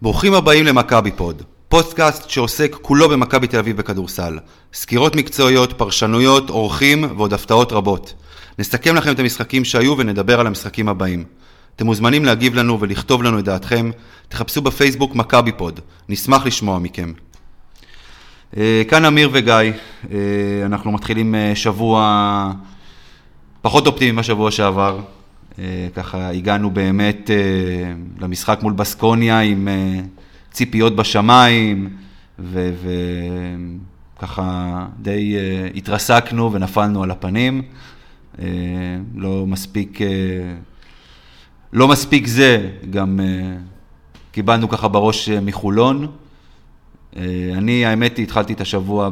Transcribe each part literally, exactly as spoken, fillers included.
ברוכים הבאים למכבי פוד, פודקאסט שעוסק כולו במכבי תל אביב בכדורסל. סקירות מקצועיות, פרשנויות, אורחים ועוד הפתעות רבות. נסכם לכם את המשחקים שהיו ונדבר על המשחקים הבאים. אתם מוזמנים להגיב לנו ולכתוב לנו את דעתכם. תחפשו בפייסבוק מכבי פוד, נשמח לשמוע מכם. כאן אמיר וגיא, אנחנו מתחילים שבוע פחות אופטימי מהשבוע שעבר. ככה הגענו באמת למשחק מול בסקוניה עם ציפיות בשמיים, וככה די התרסקנו ונפלנו על הפנים. לא מספיק, לא מספיק זה, גם קיבלנו ככה בראש מחולון. אני, האמת היא, התחלתי את השבוע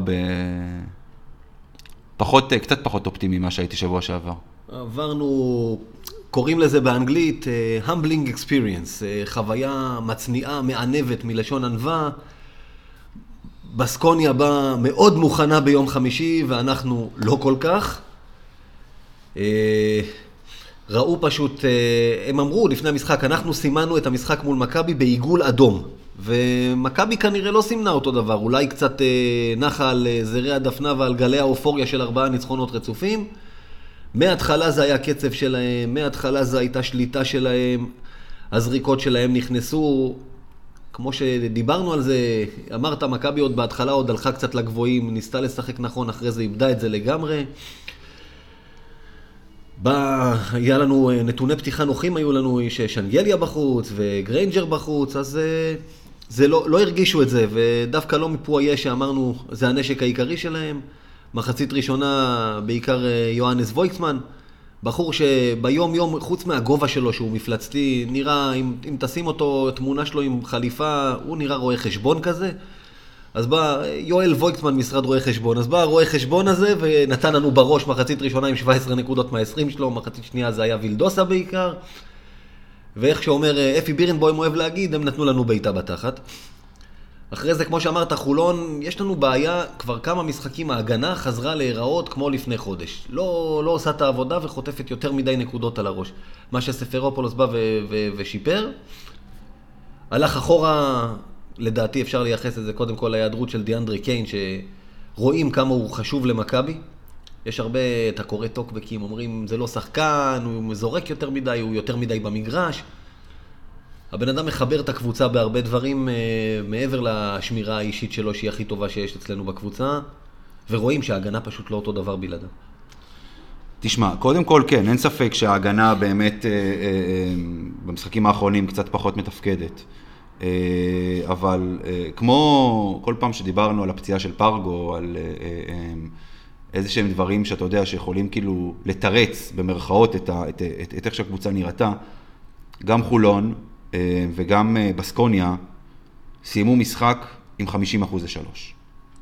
בפחות, קצת פחות אופטימי מה שהייתי שבוע שעבר. עברנו, קוראים לזה באנגלית, uh, humbling experience, uh, חוויה מצניעה, מענבת מלשון ענווה. בסקוניה באה מאוד מוכנה ביום חמישי, ואנחנו לא כל כך. Uh, ראו פשוט, uh, הם אמרו לפני המשחק, אנחנו סימנו את המשחק מול מכבי בעיגול אדום. ומכבי כנראה לא סימנה אותו דבר, אולי קצת uh, נחה על uh, זרי הדפנה ועל גלי האופוריה של ארבעה ניצחונות רצופים. מההתחלה זה היה קצב שלהם, מההתחלה זה הייתה שליטה שלהם, הזריקות שלהם נכנסו, כמו שדיברנו על זה, אמרת מכבי עוד בהתחלה עוד הלכה קצת לגבוהים, ניסתה לשחק נכון, אחרי זה איבדה את זה לגמרי. בא, היה לנו נתוני פתיחה נוחים, היו לנו ששנגליה בחוץ וגריינג'ר בחוץ, אז זה לא, לא הרגישו את זה, ודווקא לא מפועיה שאמרנו, זה הנשק העיקרי שלהם. מחצית ראשונה, בעיקר יואנס וויקסמן, בחור שביום יום, חוץ מהגובה שלו שהוא מפלצתי, נראה, אם, אם תשים אותו, תמונה שלו עם חליפה, הוא נראה רואה חשבון כזה. אז בא יואל וויקסמן, משרד רואה חשבון, אז בא רואה חשבון הזה ונתן לנו בראש מחצית ראשונה עם שבע עשרה נקודות מה-עשרים שלו, מחצית שנייה זה היה וילדוסה בעיקר. ואיך שאומר אפי בירנבוים אוהב להגיד, הם נתנו לנו ביתה בתחת. אחרי זה, כמו שאמרת, חולון, יש לנו בעיה, כבר כמה משחקים, ההגנה חזרה להיראות כמו לפני חודש. לא, לא עושה את העבודה וחוטפת יותר מדי נקודות על הראש. מה שספרופולוס בא ו- ו- ושיפר. הלך אחורה, לדעתי אפשר לייחס את זה קודם כל להיעדרות של דיאנדרי קיין, שרואים כמה הוא חשוב למכבי. יש הרבה, אתה קורא טוקבקים, אומרים, זה לא שחקן, הוא מזורק יותר מדי, הוא יותר מדי במגרש. הבן אדם מחבר את הקבוצה בהרבה דברים מעבר לשמירה האישית שלו שהיא הכי טובה שיש אצלנו בקבוצה, ורואים שההגנה פשוט לא אותו דבר בלעדיו. תשמע, קודם כל כן, אין ספק שההגנה באמת במשחקים האחרונים קצת פחות מתפקדת. אבל כמו כל פעם שדיברנו על הפציעה של פרגו, על איזה שהם דברים שאתה יודע שיכולים כאילו לתרץ במרכאות את, את, את, את איך שהקבוצה נראתה, גם חולון וגם בסקוניה סיימו משחק עם חמישים אחוז לשלוש.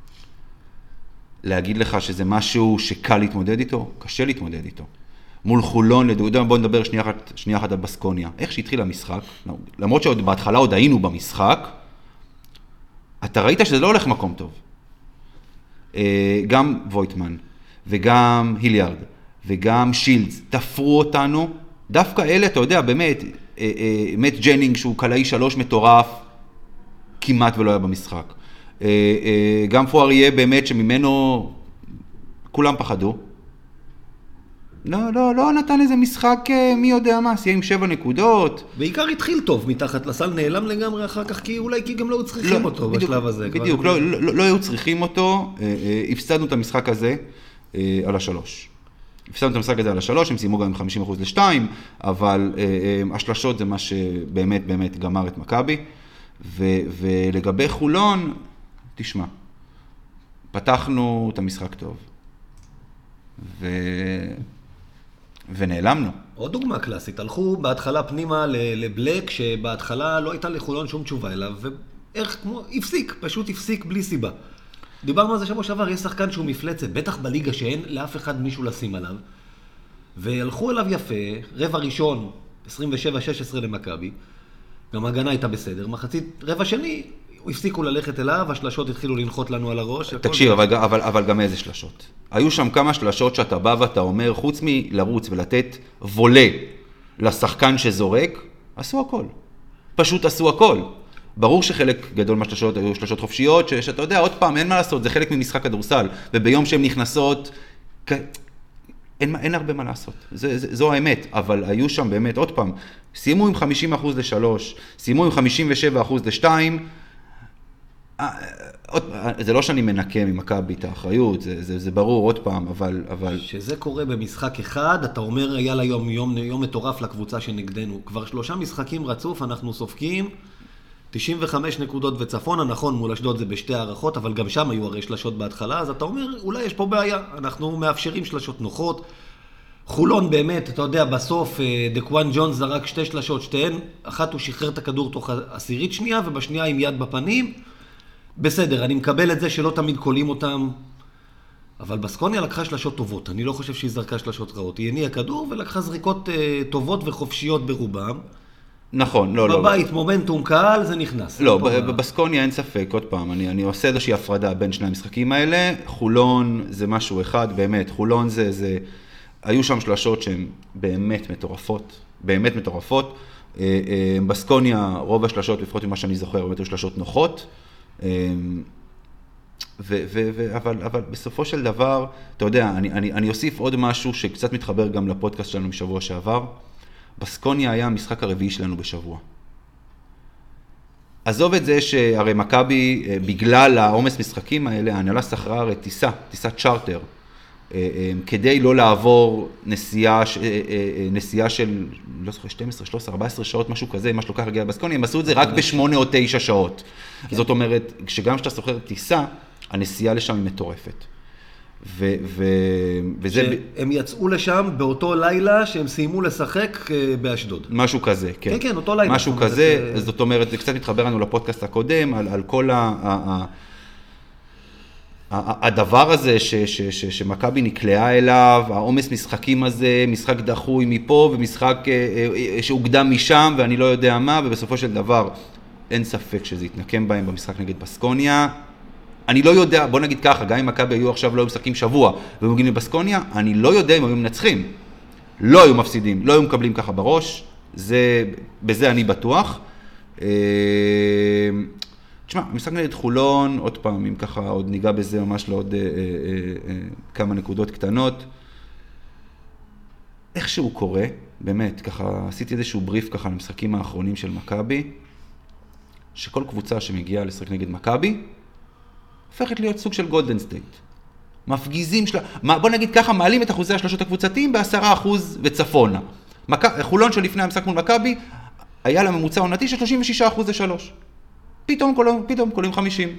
להגיד לך שזה משהו שקל להתמודד איתו? קשה להתמודד איתו. מול חולון, בוא נדבר שנייה אחת, שנייה אחת על בסקוניה. איך שהתחיל המשחק, למרות שבהתחלה עוד היינו במשחק, אתה ראית שזה לא הולך מקום טוב. גם וויטמן וגם היליארד וגם שילדס תפרו אותנו, דווקא אלה, אתה יודע, באמת, מאט ג'נינג שהוא קלעי שלוש מטורף, כמעט ולא היה במשחק. גם פואריה באמת שממנו כולם פחדו. לא, לא, לא נתן איזה משחק מי יודע מה, סייע עם שבע נקודות. בעיקר התחיל טוב מתחת לסל, נעלם לגמרי אחר כך, כי אולי כי גם לא היו צריכים לא, אותו בדיוק, בשלב הזה. בדיוק, לא, לא, לא היו צריכים אותו, הפסדנו את המשחק הזה על השלוש. הפסדנו את המשחק הזה על השלוש, הם סיימו גם עם חמישים אחוז לשתיים, אבל השלשות זה מה שבאמת באמת גמר את מכבי. ולגבי חולון, תשמע, פתחנו את המשחק טוב. ו... ונעלמנו. עוד דוגמה קלאסית, הלכו בהתחלה פנימה לבלק, שבהתחלה לא הייתה לחולון שום תשובה אליו, ואיך כמו, הפסיק, פשוט הפסיק בלי סיבה. דיברנו על זה שבוע שעבר, יש שחקן שהוא מפלצת, בטח בליגה שאין לאף אחד מישהו לשים עליו, והלכו אליו יפה, רבע ראשון, עשרים ושבע שש עשרה למכבי, גם ההגנה הייתה בסדר, מחצית רבע שני, הפסיקו ללכת אליו, השלשות התחילו לנחות לנו על הראש. תקשיב, אבל, אבל, אבל גם איזה שלשות. היו שם כמה שלשות שאתה בא ואתה אומר, חוץ מלרוץ ולתת וולה לשחקן שזורק, עשו הכל. פשוט עשו הכל. ברור שחלק גדול מהשלשות היו שלשות חופשיות, שאתה יודע, עוד פעם, אין מה לעשות, זה חלק ממשחק כדורסל, וביום שהן נכנסות, אין, אין הרבה מה לעשות, זה, זה, זו האמת, אבל היו שם באמת, עוד פעם, סיימו עם חמישים אחוז לשלוש, סיימו עם חמישים ושבע אחוז לשתיים, זה לא שאני מנקה ממכבי את האחריות, זה, זה, זה ברור עוד פעם, אבל, אבל... שזה קורה במשחק אחד, אתה אומר, היה לה יום, יום, יום מטורף לקבוצה שנגדנו. כבר שלושה משחקים רצוף, אנחנו סופקים תשעים וחמש נקודות וצפונה, נכון, מול אשדוד זה בשתי הערכות, אבל גם שם היו הרי שלשות בהתחלה, אז אתה אומר, אולי יש פה בעיה, אנחנו מאפשרים שלשות נוחות. חולון באמת, אתה יודע, בסוף דקואן ג'ונס זרק שתי שלשות, שתיהן, אחת הוא שחרר את הכדור תוך עשירית שנייה, ובשנייה עם יד בפנים. בסדר, אני מקבל את זה שלא תמיד קולים אותם, אבל בסקוניה לקחה שלשות טובות, אני לא חושב שהיא זרקה שלשות רעות, היא הניעה כדור ולקחה זריקות uh, טובות וחופשיות ברובם. נכון, לא, לא. בבית, מומנטום קהל, זה נכנס. לא, בסקוניה אין ספק, עוד פעם, אני, אני עושה איזושהי הפרדה בין שני המשחקים האלה, חולון זה משהו אחד, באמת, חולון זה, זה, היו שם שלשות שהן באמת מטורפות, באמת מטורפות, בסקוניה רוב השלשות, לפחות ממה שאני זוכר, באמת היו שלשות נוחות, ו, ו, ו, אבל, אבל בסופו של דבר, אתה יודע, אני, אני, אני אוסיף עוד משהו שקצת מתחבר גם לפודקאסט שלנו משבוע שעבר, בסקוניה היה המשחק הרביעי שלנו בשבוע. עזוב את זה שהרי מכבי, בגלל העומס משחקים האלה, ההנהלה שכרה הרי טיסה, טיסת צ'ארטר, כדי לא לעבור נסיעה, נסיעה של, לא זוכר, שתים עשרה, שלוש עשרה, ארבע עשרה שעות, משהו כזה, מה שלוקח להגיע בסקוניה, הם עשו את זה רק בשמונה או תשע שעות. זאת אומרת, כשגם כשאתה שוכר טיסה, הנסיעה לשם היא מטורפת. ו- ו- וזה... הם יצאו לשם באותו לילה שהם סיימו לשחק באשדוד. משהו כזה, כן. כן, כן, אותו לילה. משהו כזה, את... זאת אומרת, זה קצת מתחבר לנו לפודקאסט הקודם, על, על כל ה... ה- ה- הדבר הזה ש- ש- ש- שמכבי נקלעה אליו, העומס משחקים הזה, משחק דחוי מפה ומשחק שהוקדם משם ואני לא יודע מה, ובסופו של דבר אין ספק שזה יתנקם בהם במשחק נגד בסקוניה. אני לא יודע, בוא נגיד ככה, גם אם מכבי היו עכשיו לא היו משחקים שבוע והם מגיעים לבסקוניה, אני לא יודע אם היו מנצחים. לא היו מפסידים, לא היו מקבלים ככה בראש, זה, בזה אני בטוח. תשמע, המשחק נגד חולון, עוד פעם, אם ככה עוד ניגע בזה ממש לעוד אה, אה, אה, כמה נקודות קטנות. איך שהוא קורה, באמת, ככה עשיתי איזשהו בריף ככה למשחקים האחרונים של מכבי, שכל קבוצה שמגיעה לשחק נגד מכבי, הופכת להיות סוג של גולדן סטייט. מפגיזים שלה, בוא נגיד ככה, מעלים את אחוזי השלושות הקבוצתיים בעשרה אחוז וצפונה. חולון שלפני המשחק מול מכבי, היה לה ממוצע עונתי של שלושים ושישה אחוז לשלוש. פתאום קולים, פתאום קולים חמישים.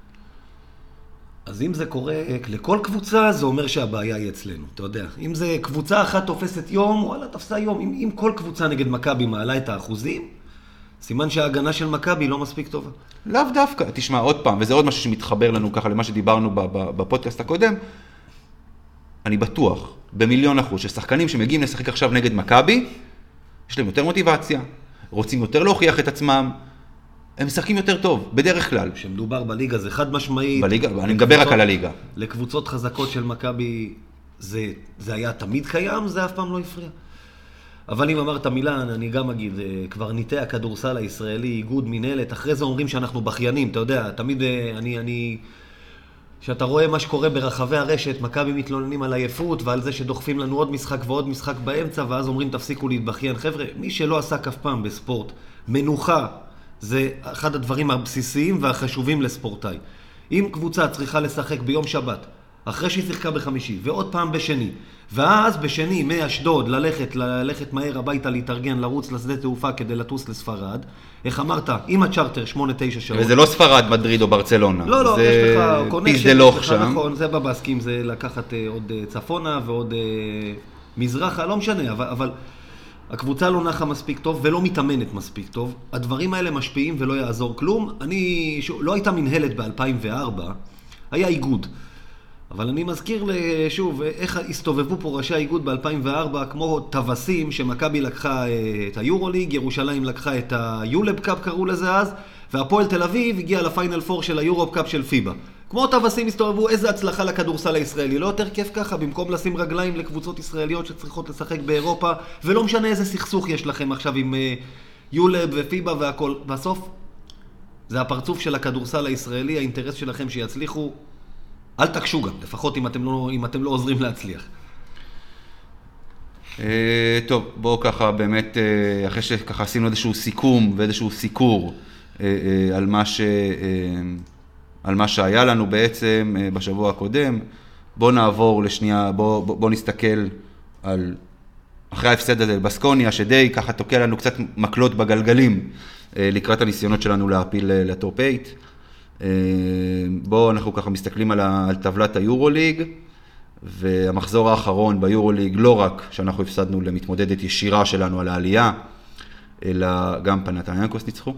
אז אם זה קורה לכל קבוצה, זה אומר שהבעיה היא אצלנו, אתה יודע. אם זה קבוצה אחת תופסת יום, וואלה, תפסה יום. אם, אם כל קבוצה נגד מכבי מעלה את האחוזים, סימן שההגנה של מכבי לא מספיק טובה. לאו דווקא, תשמע עוד פעם, וזה עוד משהו שמתחבר לנו ככה למה שדיברנו בפודקאסט הקודם, אני בטוח, במיליון אחוז, ששחקנים שמגיעים לשחק עכשיו נגד מכבי, יש להם יותר מוטיבציה, רוצים יותר להוכיח את עצמם, הם משחקים יותר טוב, בדרך כלל. שמדובר בליגה, זה חד משמעית. בליגה, אני מדבר רק על הליגה. לקבוצות חזקות של מכבי, זה, זה היה תמיד קיים, זה אף פעם לא הפריע. אבל אם אמרת מילה, אני גם אגיד, קברניטי הכדורסל הישראלי, איגוד מנהלת, אחרי זה אומרים שאנחנו בכיינים, אתה יודע, תמיד אני, אני, שאתה רואה מה שקורה ברחבי הרשת, מכבי מתלוננים על עייפות ועל זה שדוחפים לנו עוד משחק ועוד משחק באמצע, ואז אומרים תפסיקו להתבכיין. חבר'ה, מי שלא עסק אף פעם בספורט, מנוחה, זה אחד הדברים הבסיסיים והחשובים לספורטאי. אם קבוצה צריכה לשחק ביום שבת, אחרי שהיא שיחקה בחמישי, ועוד פעם בשני, ואז בשני מאשדוד ללכת, ללכת מהר הביתה, להתארגן, לרוץ לשדה תעופה כדי לטוס לספרד, איך אמרת, עם הצ'ארטר שמונה תשע שעות. וזה לא ספרד, מדריד או ברצלונה. לא, לא, יש לך פיזדלוך שם. נכון, זה בבסקים, זה לקחת עוד צפונה ועוד מזרחה, לא משנה, אבל... אבל הקבוצה לא נחה מספיק טוב ולא מתאמנת מספיק טוב. הדברים האלה משפיעים ולא יעזור כלום. אני, שוב, לא הייתה מנהלת ב-אלפיים וארבע, היה איגוד. אבל אני מזכיר שוב, איך הסתובבו פה ראשי האיגוד ב-אלפיים וארבע, כמו טווסים שמכבי לקחה את היורוליג, ירושלים לקחה את היולב קאפ קראו לזה אז, והפועל תל אביב הגיע לפיינל פור של היורופ קאפ של פיבה. כמו טווסים הסתובבו, איזה הצלחה לכדורסל הישראלי. לא יותר כיף ככה, במקום לשים רגליים לקבוצות ישראליות שצריכות לשחק באירופה, ולא משנה איזה סכסוך יש לכם עכשיו עם יולב ופיבה והכל. בסוף, זה הפרצוף של הכדורסל הישראלי, האינטרס שלכם שיצליחו, אל תקשו גם, לפחות אם אתם לא, אם אתם לא עוזרים להצליח. טוב, בואו ככה באמת, אחרי שככה עשינו איזשהו סיכום ואיזשהו סיקור על מה ש... על מה שהיה לנו בעצם בשבוע הקודם, בואו נעבור לשנייה, בואו בוא, בוא נסתכל על אחרי ההפסד הזה לבסקוניה, שדי ככה תוקע לנו קצת מקלות בגלגלים לקראת הניסיונות שלנו להפיל לטופ שמונה. בואו אנחנו ככה מסתכלים על, ה, על טבלת היורוליג, והמחזור האחרון ביורוליג, לא רק שאנחנו הפסדנו למתמודדת ישירה שלנו על העלייה, אלא גם פנתנייקוס ניצחו.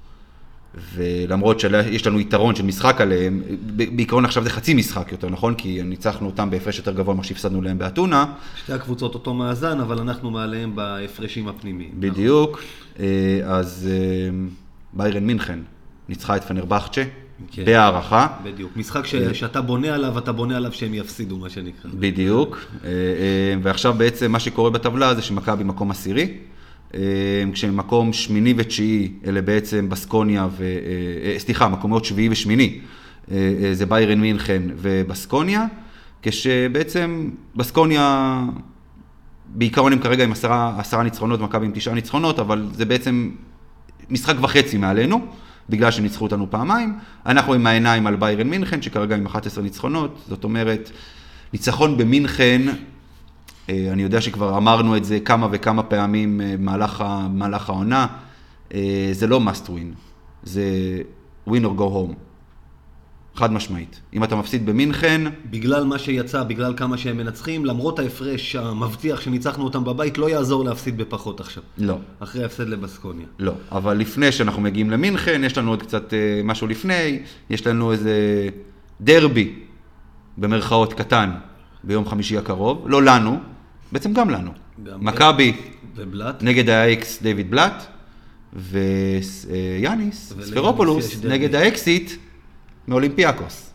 ולמרות שיש לנו יתרון של משחק עליהם, בעיקרון עכשיו זה חצי משחק יותר, נכון? כי ניצחנו אותם בהפרש יותר גבוה מה שהפסדנו להם באתונה. שתי הקבוצות אותו מאזן, אבל אנחנו מעליהם בהפרשים הפנימיים. בדיוק. אז ביירן מינכן ניצחה את פנרבחצ'ה, כן. בהערכה. בדיוק. משחק ש... שאתה בונה עליו, אתה בונה עליו שהם יפסידו, מה שנקרא. בדיוק. ועכשיו בעצם מה שקורה בטבלה זה שמכבי במקום עשירי, כשמקום שמיני ותשיעי, אלה בעצם בסקוניה ו... סליחה, מקומות שביעי ושמיני, זה ביירן מינכן ובסקוניה, כשבעצם בסקוניה, בעיקרון הם כרגע עם עשרה, עשרה ניצחונות, מכבי עם תשעה ניצחונות, אבל זה בעצם משחק וחצי מעלינו, בגלל שהם ניצחו אותנו פעמיים. אנחנו עם העיניים על ביירן מינכן, שכרגע עם אחת עשרה ניצחונות, זאת אומרת, ניצחון במינכן, אני יודע שכבר אמרנו את זה כמה וכמה פעמים במהלך, במהלך העונה, זה לא must win, זה win or go home, חד משמעית. אם אתה מפסיד במינכן... בגלל מה שיצא, בגלל כמה שהם מנצחים, למרות ההפרש המבטיח שניצחנו אותם בבית, לא יעזור להפסיד בפחות עכשיו. לא. אחרי ההפסד לבסקוניה. לא, אבל לפני שאנחנו מגיעים למינכן, יש לנו עוד קצת משהו לפני, יש לנו איזה דרבי, במרכאות קטן, ביום חמישי הקרוב, לא לנו, בעצם גם לנו. מכבי נגד האקס דיוויד בלאט, ויאניס ספרופולוס נגד האקסיט מאולימפיאקוס.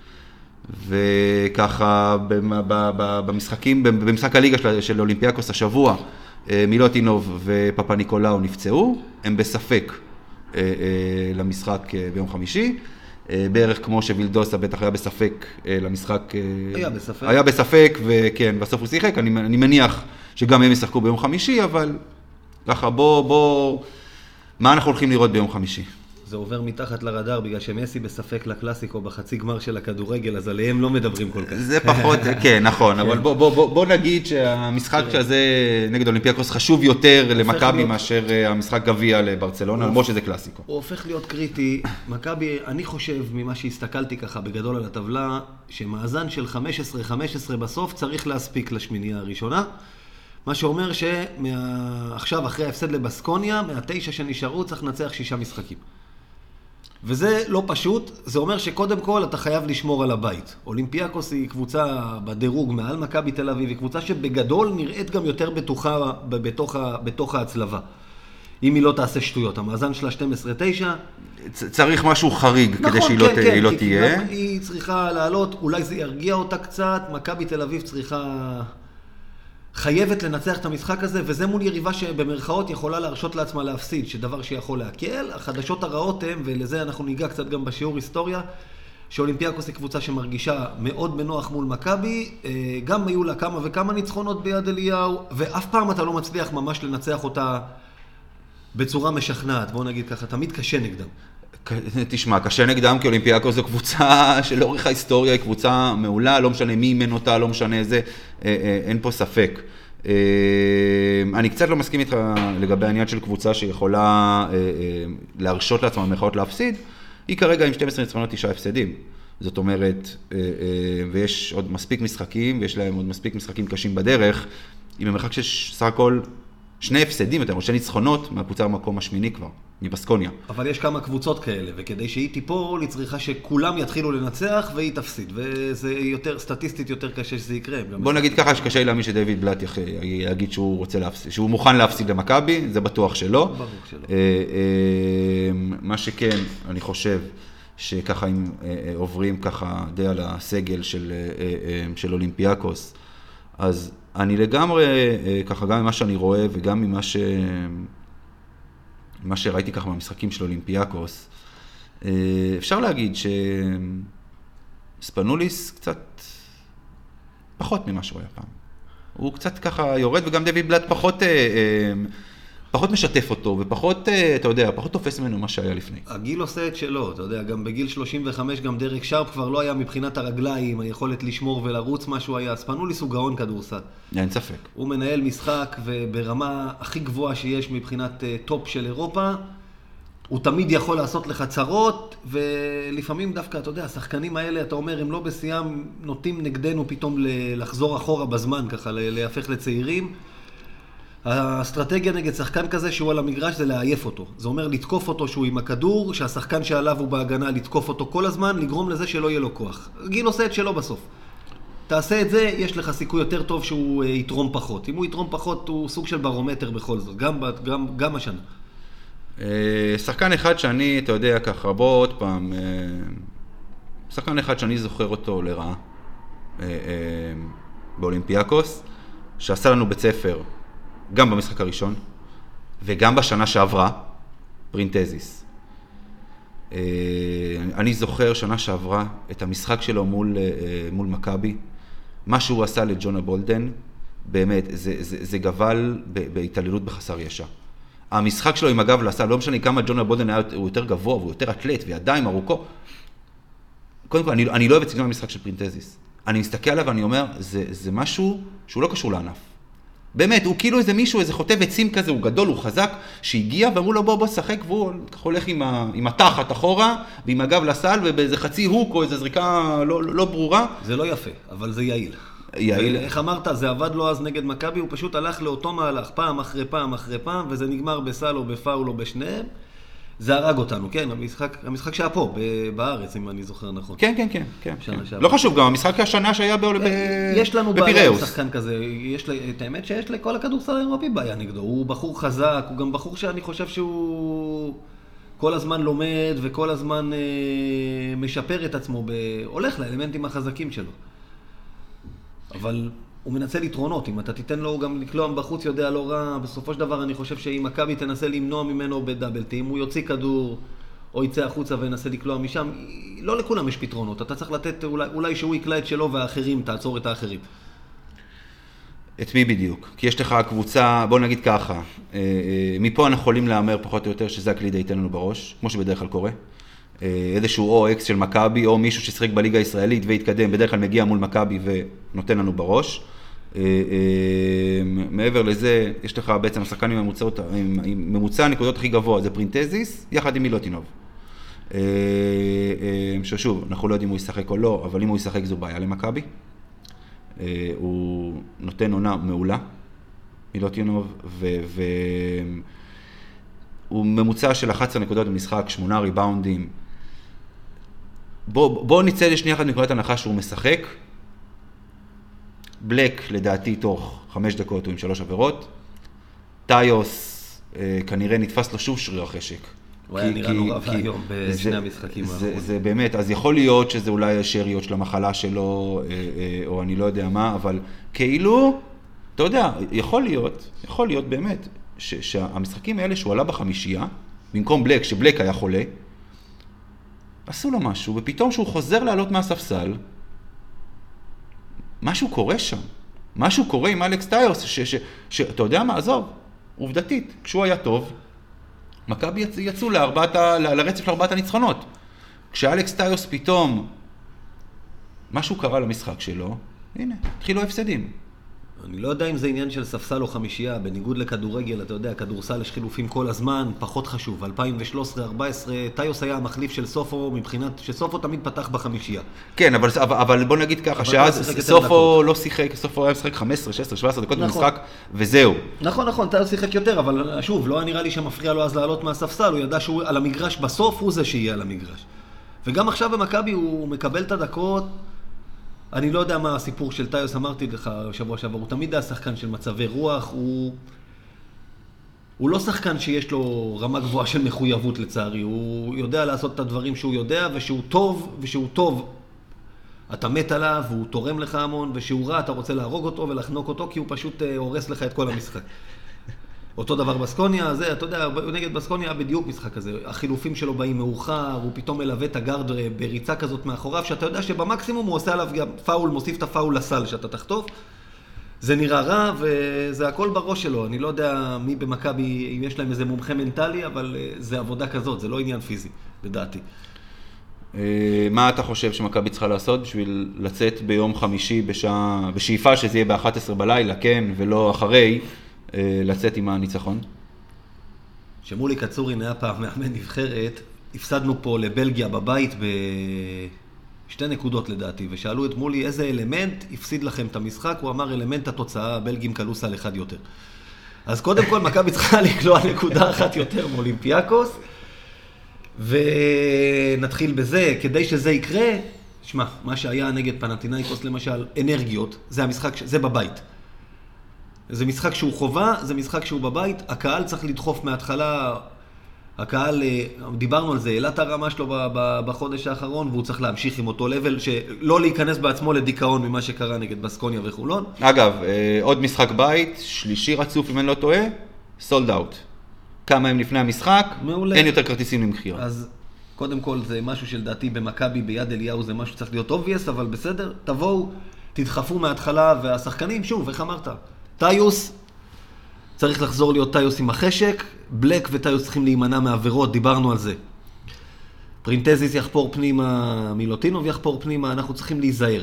וככה במשחקים, במשחק הליגה של אולימפיאקוס השבוע, מילוטינוב ופפא ניקולאו נפצעו, הם בספק למשחק ביום חמישי. בערך כמו שווילדוסה בטח היה בספק למשחק. היה בספק. היה בספק, וכן, בסוף הוא שיחק. אני, אני מניח שגם הם ישחקו ביום חמישי, אבל ככה, בוא, בוא, מה אנחנו הולכים לראות ביום חמישי? זה עובר מתחת לרדאר, בגלל שמסי בספק לקלאסיקו בחצי גמר של הכדורגל, אז עליהם לא מדברים כל כך. זה פחות, כן, נכון, אבל בוא, בוא, בוא, בוא נגיד שהמשחק הזה נגד אולימפיאקוס חשוב יותר למכבי מאשר המשחק גביע לברצלונה, למרות שזה קלאסיקו. הוא הופך להיות קריטי. מכבי, אני חושב, ממה שהסתכלתי ככה בגדול על הטבלה, שמאזן של חמש עשרה חמש עשרה בסוף צריך להספיק לשמינייה הראשונה. מה שאומר שעכשיו אחרי ההפסד לבסקוניה, מהתשע שנשארו צריך לנצח שישה משחקים. וזה לא פשוט, זה אומר שקודם כל אתה חייב לשמור על הבית. אולימפיאקוס היא קבוצה בדירוג מעל מכבי תל אביב, היא קבוצה שבגדול נראית גם יותר בטוחה בתוך, בתוך ההצלבה. אם היא לא תעשה שטויות, המאזן שלה שתים עשרה תשע. צריך משהו חריג נכון, כדי שהיא כן, לא, כן, היא לא כי תהיה. היא צריכה לעלות, אולי זה ירגיע אותה קצת, מכבי תל אביב צריכה... חייבת לנצח את המשחק הזה, וזה מול יריבה שבמרכאות יכולה להרשות לעצמה להפסיד, שדבר שיכול להקל. החדשות הרעות הם, ולזה אנחנו ניגע קצת גם בשיעור היסטוריה, שאולימפיאקוס היא קבוצה שמרגישה מאוד בנוח מול מכבי, גם היו לה כמה וכמה ניצחונות ביד אליהו, ואף פעם אתה לא מצליח ממש לנצח אותה בצורה משכנעת. בוא נגיד ככה, תמיד קשה נגדם. תשמע, קשה נגדם, כי אולימפיאקוס זו קבוצה שלאורך ההיסטוריה היא קבוצה מעולה, לא משנה מי אימן אותה, לא משנה איזה, אין פה ספק. אני קצת לא מסכים איתך לגבי העניין של קבוצה שיכולה להרשות לעצמה במרכאות להפסיד, היא כרגע עם שתים עשרה ניצחונות תשעה הפסדים. זאת אומרת, ויש עוד מספיק משחקים, ויש להם עוד מספיק משחקים קשים בדרך, עם המרחק של סך הכל שני הפסדים, יותר, או שני ניצחונות מהקבוצה במקום השמיני כבר, מבסקוניה. אבל יש כמה קבוצות כאלה, וכדי שהיא תיפול, היא צריכה שכולם יתחילו לנצח והיא תפסיד, וזה יותר, סטטיסטית יותר קשה שזה יקרה. בוא נגיד ככה שקשה לי להאמין שדייוויד בלאט יגיד שהוא רוצה להפסיד, שהוא מוכן להפסיד למכבי, זה בטוח שלא. ברור שלא. מה שכן, אני חושב שככה אם עוברים ככה די על הסגל של, של אולימפיאקוס, אז אני לגמרי, ככה גם ממה שאני רואה וגם ממה ש... מה שראיתי ככה במשחקים של אולימפיאקוס, אפשר להגיד שספנוליס קצת פחות ממה שהוא היה פעם. הוא קצת ככה יורד, וגם דויד בלאט פחות, פחות משתף אותו, ופחות, אתה יודע, פחות תופס ממנו מה שהיה לפני. הגיל עושה את שלו, אתה יודע, גם בגיל שלושים וחמש גם דרק שרפ כבר לא היה מבחינת הרגליים, היכולת לשמור ולרוץ מה שהוא היה. ספנוליס הוא גאון כדורסל. אין ספק. הוא מנהל משחק, וברמה הכי גבוהה שיש מבחינת טופ של אירופה, הוא תמיד יכול לעשות לך צרות, ולפעמים דווקא, אתה יודע, השחקנים האלה, אתה אומר, הם לא בסיים, נוטים נגדנו פתאום לחזור אחורה בזמן, ככה, להפך לצעירים. האסטרטגיה נגד שחקן כזה שהוא על המגרש זה להעייף אותו. זה אומר לתקוף אותו שהוא עם הכדור, שהשחקן שעליו הוא בהגנה לתקוף אותו כל הזמן, לגרום לזה שלא יהיה לו כוח. גיל עושה את שלו בסוף. תעשה את זה, יש לך סיכוי יותר טוב שהוא יתרום פחות. אם הוא יתרום פחות, הוא סוג של ברומטר בכל זאת, גם, גם, גם השנה. שחקן אחד שאני, אתה יודע, ככה, בוא עוד פעם, שחקן אחד שאני זוכר אותו לרעה, באולימפיאקוס, שעשה לנו בית ספר, גם במשחק הראשון, וגם בשנה שעברה, פרינטזיס. אני זוכר שנה שעברה את המשחק שלו מול, מול מכבי, מה שהוא עשה לג'ונה בולדן, באמת, זה, זה, זה גבל בהתעללות בחסר ישע. המשחק שלו עם הגב לעשה, לא משנה כמה ג'ונה בולדן היה, הוא יותר גבוה, והוא יותר אטלט, וידיים ארוכו. קודם כל, אני, אני לא אוהב את סגנון המשחק של פרינטזיס. אני מסתכל עליו ואני אומר, זה, זה משהו שהוא לא קשור לענף. באמת, הוא כאילו איזה מישהו, איזה חוטב עצים כזה, הוא גדול, הוא חזק, שהגיע ואמרו לו בוא בוא שחק, והוא הולך עם, ה, עם התחת אחורה, ועם הגב לסל, ובאיזה חצי הוק או איזו זריקה לא, לא, לא ברורה. זה לא יפה, אבל זה יעיל. יעיל. איך אמרת, זה עבד לו אז נגד מכבי, הוא פשוט הלך לאותו מהלך, פעם אחרי פעם אחרי פעם, וזה נגמר בסל או בפאול או בשניהם. זה הרג אותנו, כן, המשחק, המשחק שהיה פה, בארץ, אם אני זוכר נכון. כן, כן, כן, כן. כן. לא חשוב, גם המשחק השנה שהיה בפיראוס. יש לנו בעיה שחקן כזה, יש את האמת שיש לכל הכדורסל האירופי בעיה נגדו, הוא בחור חזק, הוא גם בחור שאני חושב שהוא כל הזמן לומד וכל הזמן אה, משפר את עצמו, ב... הולך לאלמנטים החזקים שלו. אבל הוא מנצל יתרונות, אם אתה תיתן לו גם לקלוע בחוץ יודע לא רע, בסופו של דבר אני חושב שאם מכבי תנסה למנוע ממנו בדאבלטי, אם הוא יוציא כדור או יצא החוצה וינסה לקלוע משם, לא לכולם יש פתרונות, אתה צריך לתת אולי, אולי שהוא יקלע את שלו והאחרים, תעצור את האחרים. את מי בדיוק? כי יש לך קבוצה, בוא נגיד ככה, מפה אנחנו יכולים לאמר פחות או יותר שזה הקלידה ייתן לנו בראש, כמו שבדרך כלל קורה. איזשהו או אקס של מכבי, או מישהו ששחק בליגה הישראלית והתקדם, בדרך כלל מגיע מול מכבי ונותן לנו בראש. מעבר לזה, יש לך בעצם השחקן עם ממוצע הנקודות הכי גבוה, זה פרינטזיס, יחד עם מילוטינוב. ששוב, אנחנו לא יודעים אם הוא ישחק או לא, אבל אם הוא ישחק זו בעיה למכבי. הוא נותן עונה מעולה, מילוטינוב, והוא ממוצע של אחת עשרה נקודות במשחק, שמונה ריבאונדים. בוא, בוא נצא לשנייה אחת נקודת הנחה שהוא משחק. בלק, לדעתי, תוך חמש דקות הוא עם שלוש עבירות. טיוס, אה, כנראה נתפס לו שוב שריר החשק. הוא היה נראה נורא והיום בשני המשחקים האחרונים. זה באמת, אז יכול להיות שזה אולי השאריות של המחלה שלו, אה, אה, או אני לא יודע מה, אבל כאילו, אתה יודע, יכול להיות, יכול להיות באמת, ש, שהמשחקים האלה שהוא עלה בחמישייה, במקום בלק, שבלק היה חולה, עשו לו משהו, ופתאום שהוא חוזר לעלות מהספסל, משהו קורה שם. משהו קורה עם אלכס טיוס, שאתה יודע מה, עזוב, עובדתית, כשהוא היה טוב, מכבי יצאו לארבעת, לרצף לארבעת הניצחונות. כשאלכס טיוס פתאום, משהו קרה למשחק שלו, הנה, התחילו הפסדים. אני לא יודע אם זה עניין של ספסל או חמישייה, בניגוד לכדורגל, אתה יודע, כדורסל יש חילופים כל הזמן, פחות חשוב. אלפיים ושלוש עשרה ארבע עשרה, טיוס היה המחליף של סופו, מבחינת שסופו תמיד פתח בחמישייה. כן, אבל, אבל בוא נגיד ככה, שאז סופו לא שיחק, סופו היה משחק חמש עשרה, שש עשרה, שבע עשרה דקות נכון. במשחק, וזהו. נכון, נכון, טיוס שיחק יותר, אבל שוב, לא נראה לי שמפריע לו אז לעלות מהספסל, הוא ידע שהוא על המגרש בסוף, הוא זה שיהיה על המגרש. וגם עכשיו במכבי הוא מקבל את הדקות, אני לא יודע מה הסיפור של טיוס, אמרתי לך שבוע שעבר, הוא תמיד היה שחקן של מצבי רוח, הוא, הוא לא שחקן שיש לו רמה גבוהה של מחויבות לצערי, הוא יודע לעשות את הדברים שהוא יודע, ושהוא טוב, ושהוא טוב, אתה מת עליו, והוא תורם לך המון, ושהוא רע, אתה רוצה להרוג אותו ולחנוק אותו, כי הוא פשוט הורס לך את כל המשחק. אותו דבר בסקוניה, זה, אתה יודע, נגד בסקוניה בדיוק משחק כזה. החילופים שלו באים מאוחר, הוא פתאום מלווה את הגארד בריצה כזאת מאחוריו, שאתה יודע שבמקסימום הוא עושה עליו גם פאול, מוסיף את הפאול לסל שאתה תחטוף. זה נראה רע, וזה הכל בראש שלו. אני לא יודע מי במכבי, אם יש להם איזה מומחה מנטלי, אבל זה עבודה כזאת, זה לא עניין פיזי, לדעתי. מה אתה חושב שמכבי צריכה לעשות בשביל לצאת ביום חמישי בשעה, בשאיפה שזה יהיה ב-אחת עשרה בלילה, כן, ולא אחרי, לצאת עם הניצחון? שמולי קצורין היה פעם מאמן נבחרת, הפסדנו פה לבלגיה בבית בשתי נקודות לדעתי, ושאלו את מולי איזה אלמנט הפסיד לכם את המשחק, הוא אמר אלמנט התוצאה, הבלגים קלו סל אחד יותר. אז קודם כל מכבי צריכה לקלוע נקודה אחת יותר מאולימפיאקוס, ונתחיל בזה, כדי שזה יקרה, שמע, מה שהיה נגד פנתינייקוס למשל, אנרגיות, זה המשחק, זה בבית. זה משחק שהוא חובה, זה משחק שהוא בבית, הקהל צריך לדחוף מההתחלה, הקהל, דיברנו על זה, העלה את הרמה שלו בחודש האחרון, והוא צריך להמשיך עם אותו לבל, שלא להיכנס בעצמו לדיכאון ממה שקרה נגד בסקוניה וחולון. אגב, עוד משחק בית, שלישי רצוף אם אני לא טועה, סולד אאוט. כמה הם לפני המשחק, מעולה. אין יותר כרטיסים למכירה. אז קודם כל זה משהו שלדעתי במכבי ביד אליהו זה משהו שצריך להיות obvious, אבל בסדר, תבואו, תדחפו מההתחלה, והשחקנים, שוב, איך אמרת? טיוס, צריך לחזור להיות טיוס עם החשק, בלק וטיוס צריכים להימנע מעבירות, דיברנו על זה. פרינטזיס יחפור פנימה, מילוטינוב יחפור פנימה, אנחנו צריכים להיזהר.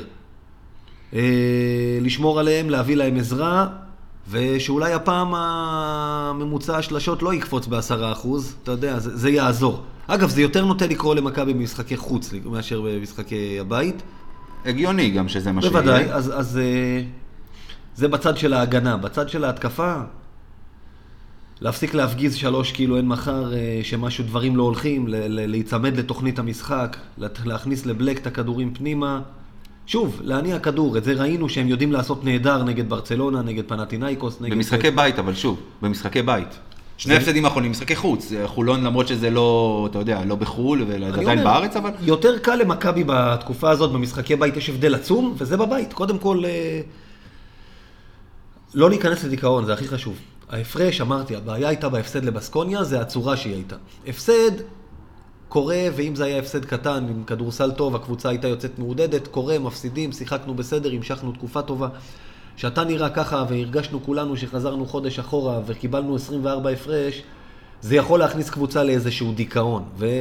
לשמור עליהם, להביא להם עזרה, ושאולי הפעם הממוצע השלשות לא יקפוץ בעשרה אחוז, אתה יודע, זה, זה יעזור. אגב, זה יותר נוטה לקרוא למכבי במשחקי חוץ, מאשר במשחקי הבית. הגיוני גם שזה מה שיהיה. בוודאי, אז, אז זה בצד של ההגנה. בצד של ההתקפה, להפסיק להפגיז שלוש כאילו אין מחר שמשהו דברים לא הולכים, להיצמד לתוכנית המשחק, להכניס לבלק את הכדורים פנימה. שוב, להניע כדור, את זה ראינו שהם יודעים לעשות נהדר נגד ברצלונה, נגד פנתינייקוס, נגד... במשחקי בית, אבל שוב, במשחקי בית. שני הפסדים האחרונים, משחקי חוץ. חולון, למרות שזה לא, אתה יודע, לא בחול, ועדיין בארץ, אבל... יותר קל למכבי בתקופה הזאת, במשחקי בית יש הבדל עצום, וזה בבית. קודם כל, לא להיכנס לדיכאון, זה הכי חשוב. ההפרש, אמרתי, הבעיה הייתה בהפסד לבסקוניה, זה הצורה שהיא הייתה. הפסד קורה, ואם זה היה הפסד קטן, עם כדורסל טוב, הקבוצה הייתה יוצאת מעודדת, קורה, מפסידים, שיחקנו בסדר, המשכנו תקופה טובה. שאתה נראה ככה, והרגשנו כולנו שחזרנו חודש אחורה, וקיבלנו עשרים וארבע הפרש, זה יכול להכניס קבוצה לאיזשהו דיכאון.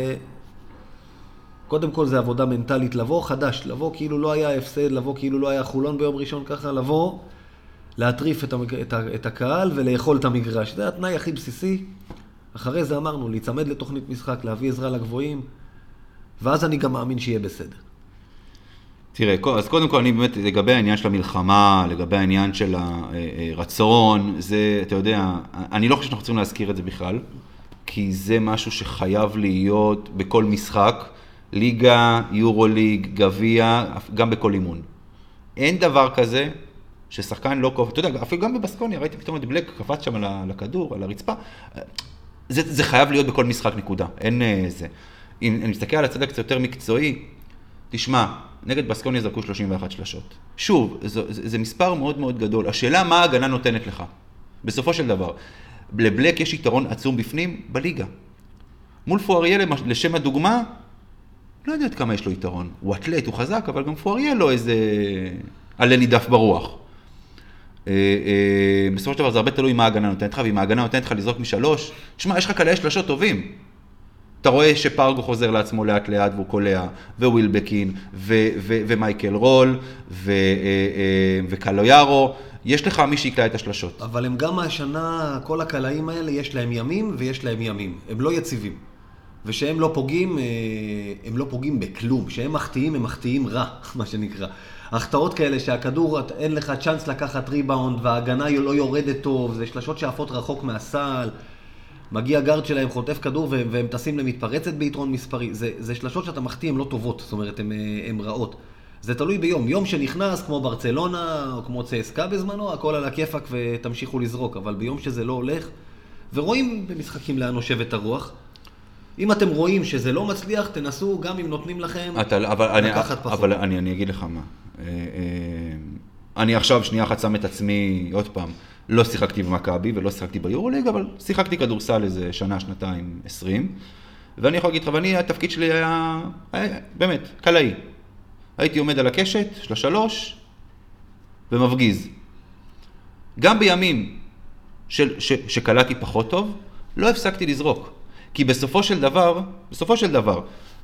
וקודם כל זה עבודה מנטלית, לבוא חדש, לבוא כאילו לא היה הפסד, לבוא כאילו לא היה חולון ביום ראשון ככה, לבוא, להטריף את, המג... את, ה... את הקהל ולאכול את המגרש. זה התנאי הכי בסיסי. אחרי זה אמרנו, להיצמד לתוכנית משחק, להביא עזרה לגבוהים, ואז אני גם מאמין שיהיה בסדר. תראה, אז קודם כל אני באמת, לגבי העניין של המלחמה, לגבי העניין של הרצון, זה, אתה יודע, אני לא חושב שאנחנו צריכים להזכיר את זה בכלל, כי זה משהו שחייב להיות בכל משחק, ליגה, יורו-ליג, גביע, גם בכל אימון. אין דבר כזה ששחקן לא קופץ, אתה יודע, אפילו גם בבסקוניה, ראיתי פתאום את בלק, קפץ שם על הכדור, על הרצפה, זה, זה חייב להיות בכל משחק נקודה, אין זה. אם אני מסתכל על הצד קצת יותר מקצועי, תשמע, נגד בסקוניה זרקו שלושים ואחת שלשות. שוב, זה, זה, זה מספר מאוד מאוד גדול. השאלה מה ההגנה נותנת לך. בסופו של דבר, לבלק יש יתרון עצום בפנים בליגה. מול פואריה, לשם הדוגמה, לא יודעת כמה יש לו יתרון. הוא אטלט, הוא חזק, אבל גם פואריה לא איזה עלה נידף ברוח. בסופו של דבר זה הרבה תלוי מה ההגנה נותנת לך, ואם ההגנה נותנת לך לזרוק משלוש, תשמע, יש לך כאלה שלשות טובים. אתה רואה שפרגו חוזר לעצמו לאט לאט והוא קולע, ווילבקין, ו- ו- ומייקל רול, ו- וקלויארו, יש לך מי שיקלע את השלשות. אבל הם גם השנה, כל הקלעים האלה, יש להם ימים ויש להם ימים. הם לא יציבים. ושהם לא פוגעים, הם לא פוגעים בכלום. שהם מחטיאים, הם מחטיאים רע, מה שנקרא. החטאות כאלה שהכדור, אין לך צ'אנס לקחת ריבאונד, וההגנה לא יורדת טוב, זה שלשות שעפות רחוק מהסל. מגיע גארד שלהם, חוטף כדור, והם, והם טסים למתפרצת ביתרון מספרי. זה, זה שלשות שאתה מחטיא, הן לא טובות, זאת אומרת, הן, הן רעות. זה תלוי ביום. יום שנכנס, כמו ברצלונה, או כמו צסקה בזמנו, הכל על הכיפק ותמשיכו לזרוק. אבל ביום שזה לא הולך, ורואים במשחקים לאן נושבת הרוח. אם אתם רואים שזה לא מצליח, תנסו, גם אם נותנים לכם, אתה, אבל לקחת אני, פחות. אבל אני, אני אגיד לך מה. אני עכשיו שנייה אחת שם את עצמי עוד פעם. לא שיחקתי במכבי ולא שיחקתי ביורוליג, אבל שיחקתי כדורסל איזה שנה, שנתיים, עשרים. ואני יכול להגיד לך, ואני, התפקיד שלי היה, היה באמת, קלעי. הייתי עומד על הקשת של השלוש ומפגיז. גם בימים של, ש, שקלעתי פחות טוב, לא הפסקתי לזרוק. כי בסופו של דבר, בסופו של דבר,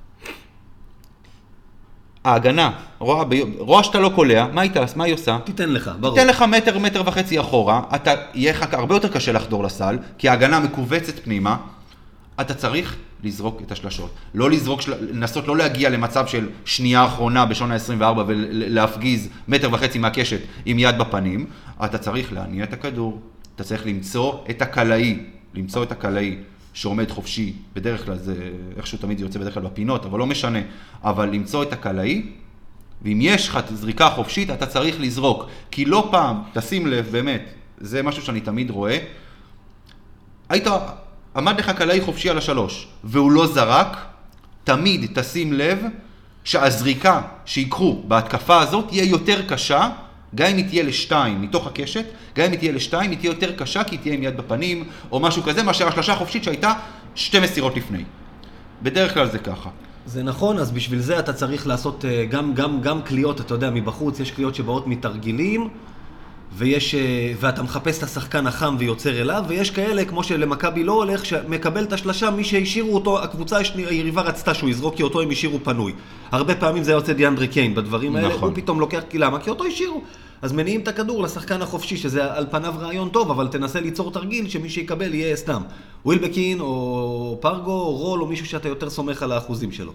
ההגנה, רואה, רואה שאתה לא קולע, מה היא תעש? מה היא עושה? תיתן לך, ברור. תיתן לך מטר, מטר וחצי אחורה, אתה, יהיה לך הרבה יותר קשה לחדור לסל, כי ההגנה מקובצת פנימה, אתה צריך לזרוק את השלשות. לא לזרוק, לנסות לא להגיע למצב של שנייה האחרונה בשעון ה-עשרים וארבע ולהפגיז מטר וחצי מהקשת עם יד בפנים, אתה צריך להניע את הכדור, אתה צריך למצוא את הקלעי, למצוא את הקלעי שעומד חופשי, בדרך כלל זה איכשהו תמיד יוצא בדרך כלל בפינות, אבל לא משנה, אבל למצוא את הקלעי, ואם יש לך זריקה חופשית, אתה צריך לזרוק, כי לא פעם, תשים לב באמת, זה משהו שאני תמיד רואה, היית, עמד לך קלעי חופשי על השלוש, והוא לא זרק, תמיד תשים לב שהזריקה שיקחו בהתקפה הזאת תהיה יותר קשה, גם אם היא תהיה לשתיים מתוך הקשת, גם אם היא תהיה לשתיים, היא תהיה יותר קשה, כי היא תהיה עם יד בפנים, או משהו כזה, מאשר השלושה חופשית שהייתה שתי מסירות לפני. בדרך כלל זה ככה. זה נכון, אז בשביל זה אתה צריך לעשות גם, גם, גם קליעות, אתה יודע, מבחוץ, יש קליעות שבאות מתרגילים, ויש, ואתה מחפש את השחקן החם ויוצר אליו, ויש כאלה, כמו שלמכבי לא הולך, שמקבל את השלשה, מי שהשאירו אותו, הקבוצה היריבה רצתה שהוא יזרוק, כי אותו הם השאירו פנוי. הרבה פעמים זה יוצא דיאנדרי קיין בדברים האלה, נכון. הוא פתאום לוקח, כי למה? כי אותו השאירו. אז מניעים את הכדור לשחקן החופשי, שזה על פניו רעיון טוב, אבל תנסה ליצור תרגיל שמי שיקבל יהיה סתם. ווילבקין או פרגו או רול או מישהו שאתה יותר סומך על האחוזים שלו.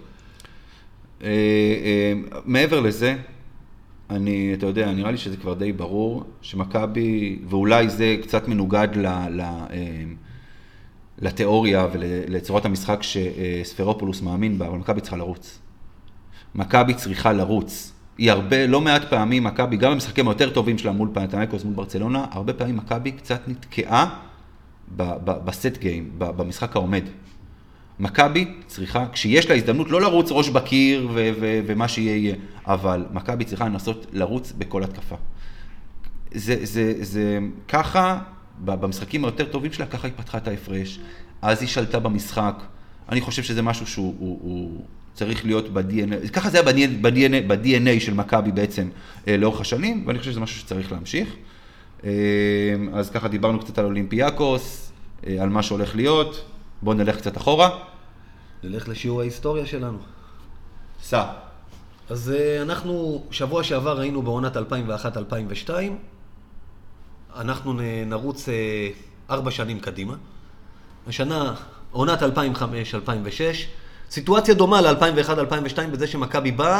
מעבר לזה, אני, אתה יודע, נראה לי שזה כבר די ברור, שמכבי, ואולי זה קצת מנוגד ל, ל, לתיאוריה ולצורת המשחק שספרופולוס מאמין בה, אבל מכבי צריכה לרוץ. מכבי צריכה לרוץ. היא הרבה, לא מעט פעמים מכבי, גם במשחקים היותר טובים שלה מול פנתנייקוס, מול ברצלונה, הרבה פעמים מכבי קצת נתקעה בסט גיים, במשחק העומד. מכבי צריכה, כשיש לה הזדמנות, לא לרוץ ראש בקיר ו- ו- ומה שיהיה, אבל מכבי צריכה לנסות לרוץ בכל התקפה. זה, זה, זה, ככה, במשחקים היותר טובים שלה, ככה היא פתחה את ההפרש, אז היא שלטה במשחק. אני חושב שזה משהו שהוא הוא, הוא צריך להיות ב-די אן איי, ככה זה היה ב-די אן איי של מכבי בעצם לאורך השנים, ואני חושב שזה משהו שצריך להמשיך. אז ככה דיברנו קצת על אולימפיאקוס, על מה שהולך להיות. בואו נלך קצת אחורה. נלך לשיעור ההיסטוריה שלנו. סע. אז אנחנו שבוע שעבר ראינו בעונת אלפיים ואחת אלפיים ושתיים. אנחנו נרוץ ארבע שנים קדימה. השנה, עונת אלפיים וחמש אלפיים ושש. סיטואציה דומה ל-אלפיים ואחת אלפיים ושתיים בזה שמכבי באה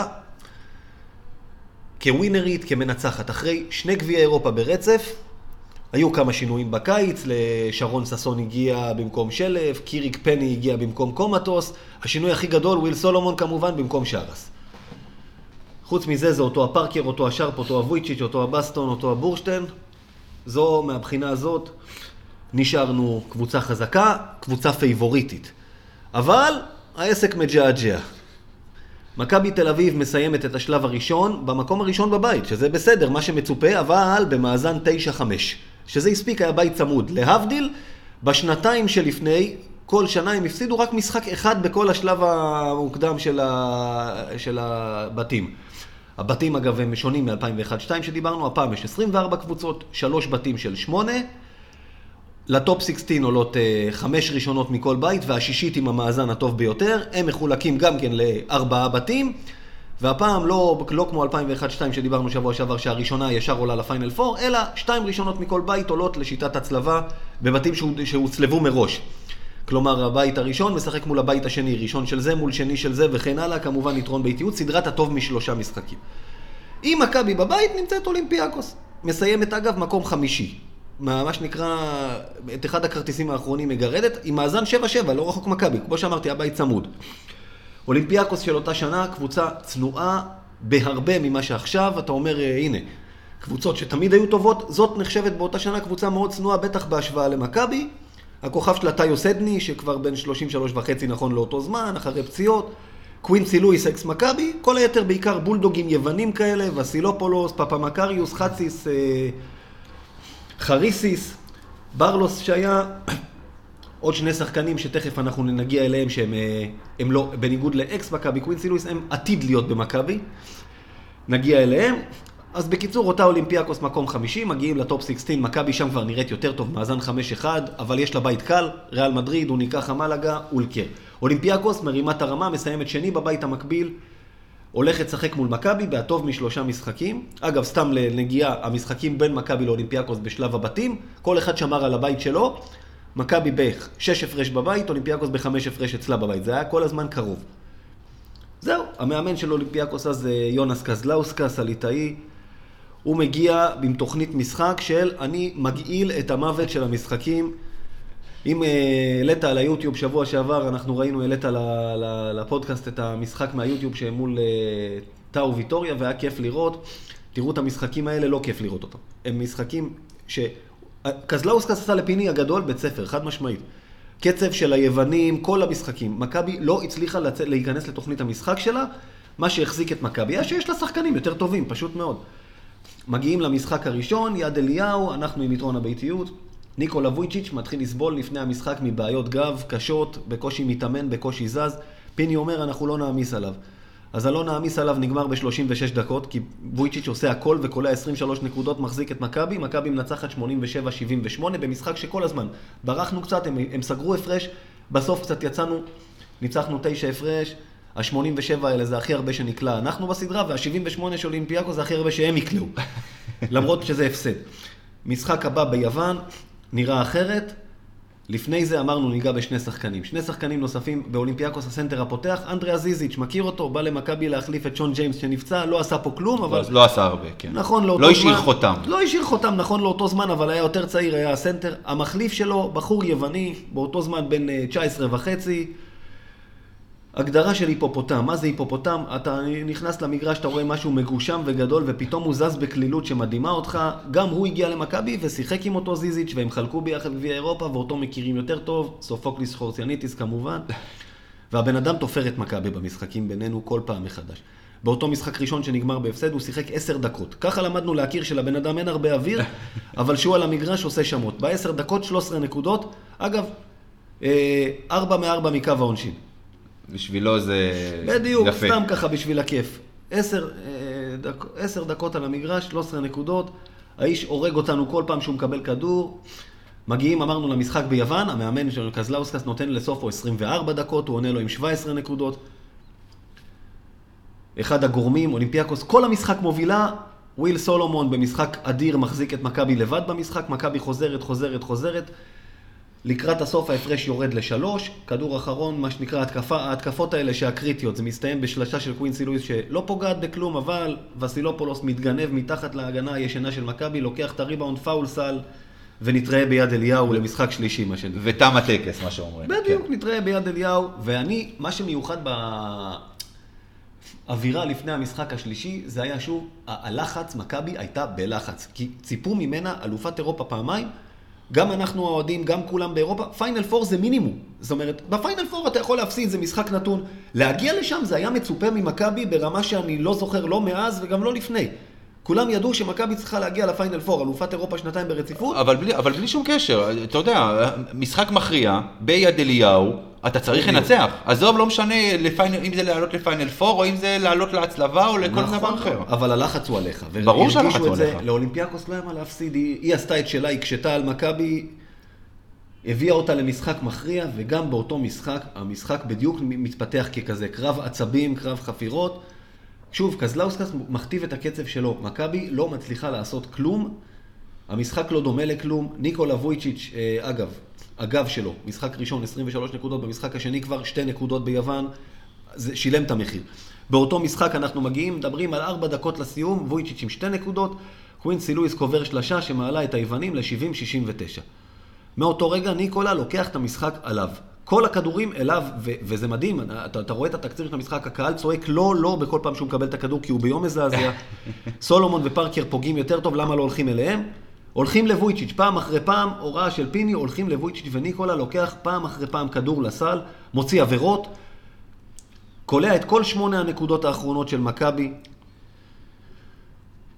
כווינרית, כמנצחת. אחרי שני גביעי אירופה ברצף, היו כמה שינויים בקיץ, לשרון ססון הגיע במקום שלף, קיריק פני הגיע במקום קומטוס, השינוי הכי גדול, וויל סולומון כמובן במקום שרס. חוץ מזה זה אותו הפרקר, אותו השרפ, אותו הוויצ'יץ', אותו הבסטון, אותו הבורשטיין. זו מהבחינה הזאת נשארנו קבוצה חזקה, קבוצה פייבוריטית. אבל העסק מג'עג'ע. מכבי תל אביב מסיימת את השלב הראשון במקום הראשון בבית, שזה בסדר, מה שמצופה, אבל במאזן תשע חמש. שזה הספיק, היה בית צמוד. להבדיל, בשנתיים שלפני, כל שנה הם הפסידו רק משחק אחד בכל השלב המוקדם של, ה... של הבתים. הבתים אגב הם שונים מ-אלפיים ואחת שתיים שדיברנו, הפעם יש עשרים וארבע קבוצות, שלוש בתים של שמונה, לטופ שש עשרה עולות חמש ראשונות מכל בית, והשישית עם המאזן הטוב ביותר, הם מחולקים גם כן לארבעה בתים, והפעם לא, לא כמו אלפיים ואחת שתיים שדיברנו שבוע שעבר שהראשונה ישר עולה לפיינל פור, אלא שתיים ראשונות מכל בית עולות לשיטת הצלבה בבתים שהוצלבו מראש. כלומר, הבית הראשון משחק מול הבית השני, ראשון של זה מול שני של זה וכן הלאה, כמובן יתרון ביתיות, סדרת הטוב משלושה משחקים. אם מכבי בבית נמצאת אולימפיאקוס, מסיימת אגב מקום חמישי. מה שנקרא, את אחד הכרטיסים האחרונים מגרדת, עם מאזן שבע שבע, לא רחוק מכבי, כמו שאמרתי, הבית צמוד. אולימפיאקוס של אותה שנה, קבוצה צנועה בהרבה ממה שעכשיו, אתה אומר, הנה, קבוצות שתמיד היו טובות, זאת נחשבת באותה שנה קבוצה מאוד צנועה, בטח בהשוואה למכבי. הכוכב שלה טאיו סדני, שכבר בין שלושים ושלוש וחצי נכון לאותו זמן, אחרי פציעות. קווינסי לואיס אקס מכבי, כל היתר בעיקר בולדוגים יוונים כאלה, וסילופולוס, פפמקריוס, חציס, חריסיס, ברלוס שהיה, עוד שני שחקנים שתכף אנחנו נגיע אליהם, שהם הם לא, בניגוד לאקס מכבי, קווינסי לואיס, הם עתיד להיות במכבי. נגיע אליהם. אז בקיצור, אותה אולימפיאקוס מקום חמישי, מגיעים לטופ שש עשרה, מכבי שם כבר נראית יותר טוב, מאזן חמש אחד, אבל יש לה בית קל, ריאל מדריד, אוניקחה מלאגה, אולקר. אולימפיאקוס מרימת הרמה, מסיימת שני בבית המקביל, הולכת לשחק מול מכבי, בהטוב משלושה משחקים. אגב, סתם לנגיעה, המשחקים בין מכבי לאולימפיאקוס בשלב הבתים, כל אחד שמר על הבית שלו, מכבי בשש הפרש בבית, אולימפיאקוס בחמש הפרש אצלה בבית, זה היה כל הזמן קרוב. זהו, המאמן של אולימפיאקוס אז יונס קזלאוסקס, הליטאי, הוא מגיע עם תוכנית משחק של אני מגעיל את המוות של המשחקים. אם העלית על היוטיוב שבוע שעבר, אנחנו ראינו, העלית לפודקאסט את המשחק מהיוטיוב שמול טאו ויטוריה, והיה כיף לראות. תראו את המשחקים האלה, לא כיף לראות אותם. הם משחקים ש... קזלאוסקס עשה לפיני הגדול בית ספר, חד משמעית. קצב של היוונים, כל המשחקים. מכבי לא הצליחה לצ... להיכנס לתוכנית המשחק שלה, מה שהחזיק את מכבי. היה שיש לה שחקנים יותר טובים, פשוט מאוד. מגיעים למשחק הראשון, יד אליהו, אנחנו עם יתרון הביתיות. ניקולה וויצ'יץ' מתחיל לסבול לפני המשחק מבעיות גב קשות, בקושי מתאמן, בקושי זז. פיני אומר, אנחנו לא נעמיס עליו. אז הלא נעמיס עליו נגמר ב-שלושים ושש דקות, כי וויצ'יץ' עושה הכל וקולע עשרים ושלוש נקודות, מחזיק את מכבי. מכבי מנצחת שמונים ושבע שבעים ושמונה, במשחק שכל הזמן ברחנו קצת, הם, הם סגרו הפרש, בסוף קצת יצאנו, ניצחנו תשע הפרש. ה-שמונים ושבע האלה זה הכי הרבה שנקלע אנחנו בסדרה, וה-שבעים ושמונה של אולימפיאקוס זה הכי הרבה שהם יקלעו. למרות שזה הפסד. משחק הבא ביוון נראה אחרת. לפני זה אמרנו ניגע בשני שחקנים. שני שחקנים נוספים באולימפיאקוס, הסנטר הפותח. אנדריאה זיזיץ', מכיר אותו, בא למכבי להחליף את שון ג'יימס שנפצע, לא עשה פה כלום, אבל... לא עשה הרבה, כן. נכון, לאותו לא זמן... השאיר חותם. לא השאיר חותם, נכון, לאותו זמן, אבל היה יותר צעיר, היה הסנטר. המחליף שלו, בחור יווני, באותו זמן בין תשע עשרה וחצי. הגדרה של היפופוטם, מה זה היפופוטם? אתה נכנס למגרש, אתה רואה משהו מגושם וגדול, ופתאום הוא זז בכלילות שמדהימה אותך. גם הוא הגיע למכבי ושיחק עם אותו זיזיץ', והם חלקו ביחד גביע אירופה, ואותו מכירים יותר טוב, סופוקליס חורציאניטיס כמובן. והבן אדם תופר את מכבי במשחקים בינינו כל פעם מחדש. באותו משחק ראשון שנגמר בהפסד, הוא שיחק עשר דקות. ככה למדנו להכיר שלבן אדם אין הרבה אוויר, אבל שהוא על המגרש עושה שמות. בעשר דקות, שלוש עשרה נקודות. אגב, ארבע מארבע מקו העונשין. בשבילו זה בדיוק, יפה. סתם ככה בשביל הכיף. עשר, דק, עשר דקות על המגרש, שלוש עשרה נקודות. האיש הורג אותנו כל פעם שהוא מקבל כדור. מגיעים, אמרנו, למשחק ביוון. המאמן של קזלאוסקס נותן לסופו עשרים וארבע דקות, הוא עונה לו עם שבע עשרה נקודות. אחד הגורמים, אולימפיאקוס, כל המשחק מובילה. וויל סולומון במשחק אדיר מחזיק את מכבי לבד במשחק. מכבי חוזרת, חוזרת, חוזרת. לקראת הסוף ההפרש יורד לשלוש, כדור אחרון, מה שנקרא התקפה, ההתקפות האלה שהקריטיות, זה מסתיים בשלשה של קווינסי לואיס שלא פוגעת בכלום, אבל וסילופולוס מתגנב מתחת להגנה הישנה של מכבי, לוקח את הריבאונד פאול סל, ונתראה ביד אליהו למשחק שלישי, מה שנקרא. ותם הטקס, מה שאומרים. בדיוק, כן. נתראה ביד אליהו, ואני, מה שמיוחד באווירה לפני המשחק השלישי, זה היה שוב, הלחץ, מכבי הייתה בלחץ, כי ציפו ממנה אלופת אירופה פעמיים, גם אנחנו האוהדים, גם כולם באירופה, פיינל פור זה מינימום. זאת אומרת, בפיינל פור אתה יכול להפסיד, זה משחק נתון. להגיע לשם זה היה מצופה ממכבי ברמה שאני לא זוכר לא מאז וגם לא לפני. כולם ידעו שמכבי צריכה להגיע לפיינל פור, אלופת אירופה שנתיים ברציפות. אבל בלי, אבל בלי שום קשר, אתה יודע, משחק מכריע, ביד אליהו, אתה צריך לנצח. עזוב, לא משנה לפיינל, אם זה לעלות לפיינל פור, או אם זה לעלות להצלבה, או לכל דבר אחר. אבל הלחץ הוא עליך. ברור שהלחץ הוא עליך. לאולימפיאקוס לא היה מה להפסיד, היא עשתה את שלה, היא קשתה על מכבי, הביאה אותה למשחק מכריע, וגם באותו משחק, המשחק בדיוק מתפתח ככזה, קרב עצבים, קרב חפירות. שוב, קזלאוסקס מכתיב את הקצב שלו. מכבי לא מצליחה לעשות כלום, המשחק לא דומה לכלום. ניקולה וויצ'יץ', אגב, הגב שלו, משחק ראשון עשרים ושלוש נקודות, במשחק השני כבר שתי נקודות ביוון, זה שילם את המחיר. באותו משחק אנחנו מגיעים, מדברים על ארבע דקות לסיום, וויצ'יץ' עם שתי נקודות, קווינסי לואיס קובר שלשה שמעלה את היוונים ל-שבעים שישים ותשע. מאותו רגע ניקולה לוקח את המשחק עליו. כל הכדורים אליו, ו- וזה מדהים, אתה, אתה רואה את התקציר של המשחק, הקהל צועק לא, לא, בכל פעם שהוא מקבל את הכדור, כי הוא ביום מזעזע. סולומון ופארקר פוגעים יותר טוב, למה לא הולכים אליהם? הולכים לוויצ'יץ' פעם אחרי פעם, הוראה של פיני, הולכים לוויצ'יץ' וניקולה לוקח פעם אחרי פעם כדור לסל, מוציא עבירות, קולע את כל שמונה הנקודות האחרונות של מכבי.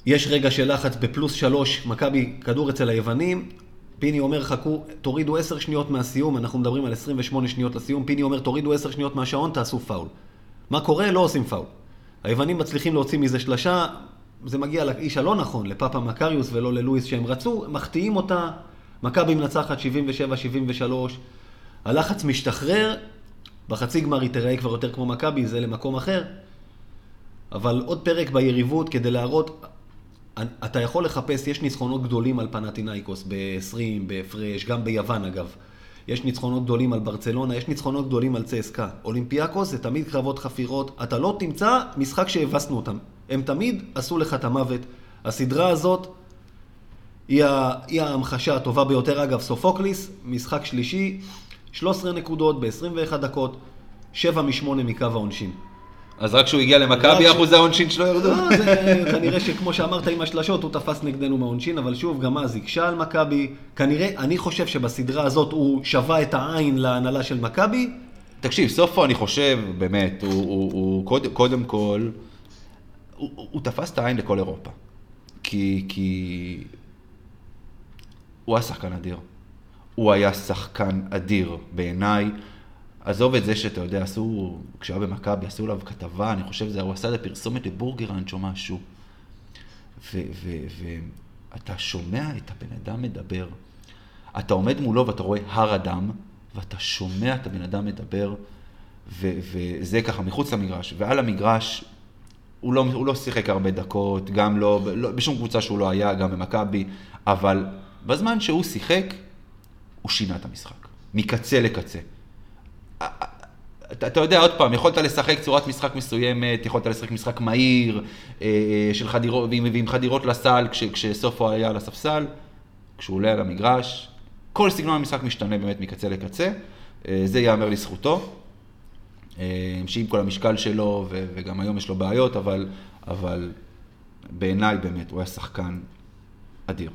יש רגע של לחץ בפלוס שלוש, מכבי כדור אצל היוונים, פיני אומר חכו, תורידו עשר שניות מהסיום, אנחנו מדברים על עשרים ושמונה שניות לסיום, פיני אומר תורידו עשר שניות מהשעון, תעשו פאול. מה קורה? לא עושים פאול. היוונים מצליחים להוציא מזה שלשה, זה מגיע לאיש הלא נכון, לפאפה מקריוס ולא ללואיס שהם רצו, מחטיאים אותה, מכבי מנצחת שבעים ושבע שבעים ושלוש, הלחץ משתחרר, בחצי גמר היא תראה כבר יותר כמו מכבי, זה למקום אחר, אבל עוד פרק ביריבות כדי להראות, אתה יכול לחפש, יש ניצחונות גדולים על פנתינייקוס ב-עשרים, בהפרש, גם ביוון אגב. יש ניצחונות גדולים על ברצלונה, יש ניצחונות גדולים על צסקה. אולימפיאקוס זה תמיד קרבות חפירות, אתה לא תמצא משחק שהבסנו אותם. הם תמיד עשו לך את המוות. הסדרה הזאת היא, ה... היא ההמחשה הטובה ביותר. אגב, סופוקליס, משחק שלישי, שלוש עשרה נקודות ב-עשרים ואחת דקות, שבע משמונה מקו העונשין. אז רק כשהוא הגיע למכבי, אחוז העונשין שלו ירדו? לא, זה כנראה שכמו שאמרת עם השלשות, הוא תפס נגדנו מהעונשין, אבל שוב, גם אז הקשה על מכבי. כנראה, אני חושב שבסדרה הזאת הוא שווה את העין להנהלה של מכבי. תקשיב, סופו אני חושב, באמת, הוא, הוא, הוא קודם, קודם כל, הוא, הוא תפס את העין לכל אירופה. כי, כי הוא היה שחקן אדיר. הוא היה שחקן אדיר בעיניי. עזוב את זה שאתה יודע, עשו, כשהיה במכבי, עשו עליו כתבה, אני חושב שזה, הוא עשה את הפרסומת לבורגראנץ' או משהו. ואתה שומע את הבן אדם מדבר, אתה עומד מולו ואתה רואה הר אדם, ואתה שומע את הבן אדם מדבר, ו- וזה ככה מחוץ למגרש. ועל המגרש, הוא לא, הוא לא שיחק הרבה דקות, גם לא, לא, בשום קבוצה שהוא לא היה, גם במכבי, אבל בזמן שהוא שיחק, הוא שינה את המשחק, מקצה לקצה. אתה, אתה יודע, עוד פעם, יכולת לשחק צורת משחק מסוימת, יכולת לשחק משחק מהיר, של חדירות, ועם חדירות לסל, כש, כשסופו היה על הספסל, כשהוא עולה על המגרש, כל סגנון המשחק משתנה באמת מקצה לקצה, זה יאמר לזכותו, שעם כל המשקל שלו, ו, וגם היום יש לו בעיות, אבל, אבל בעיניי באמת הוא היה שחקן אדיר.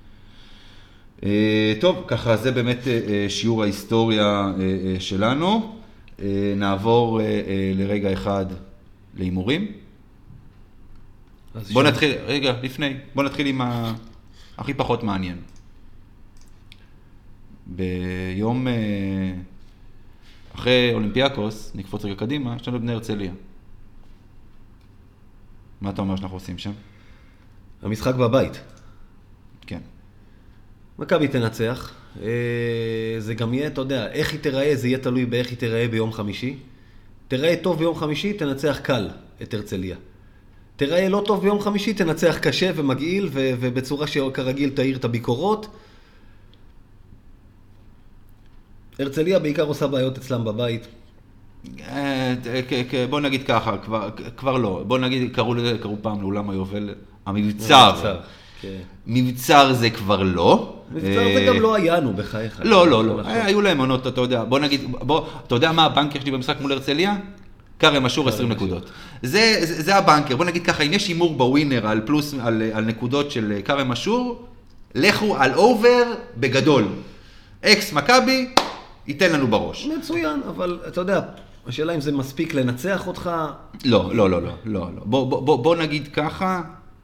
טוב, ככה זה באמת שיעור ההיסטוריה שלנו. נעבור לרגע אחד להימורים. בוא נתחיל, רגע, לפני, בוא נתחיל עם הכי פחות מעניין. ביום אחרי אולימפיאקוס, נקפוץ רגע קדימה, יש לנו בני הרצליה. מה אתה אומר שאנחנו עושים שם? המשחק בבית. כן. מכבי תנצח, זה גם יהיה, אתה יודע, איך היא תראה, זה יהיה תלוי באיך היא תראה ביום חמישי. תראה טוב ביום חמישי, תנצח קל את הרצליה. תראה לא טוב ביום חמישי, תנצח קשה ומגעיל, ו- ובצורה שכרגיל תאיר את הביקורות. הרצליה בעיקר עושה בעיות אצלם בבית. בוא נגיד ככה, כבר לא. בוא נגיד, קראו פעם לאולם היובל, המבצר. מבצר זה כבר לא. מבצר זה גם לא היינו בחייך. לא, לא, לא. היו להם עונות, אתה יודע. בוא נגיד, בוא, אתה יודע מה הבנקר שלי במשחק מול הרצליה? קרם אשור עשרים נקודות. זה, זה הבנקר. בוא נגיד ככה, אם יש הימור בווינר על פלוס, על, על נקודות של קרם אשור, לכו על אובר בגדול. אקס מכבי, ייתן לנו בראש. מצוין, אבל אתה יודע, השאלה אם זה מספיק לנצח אותך. לא, לא, לא, לא, לא. בוא, בוא, בוא נגיד ככה,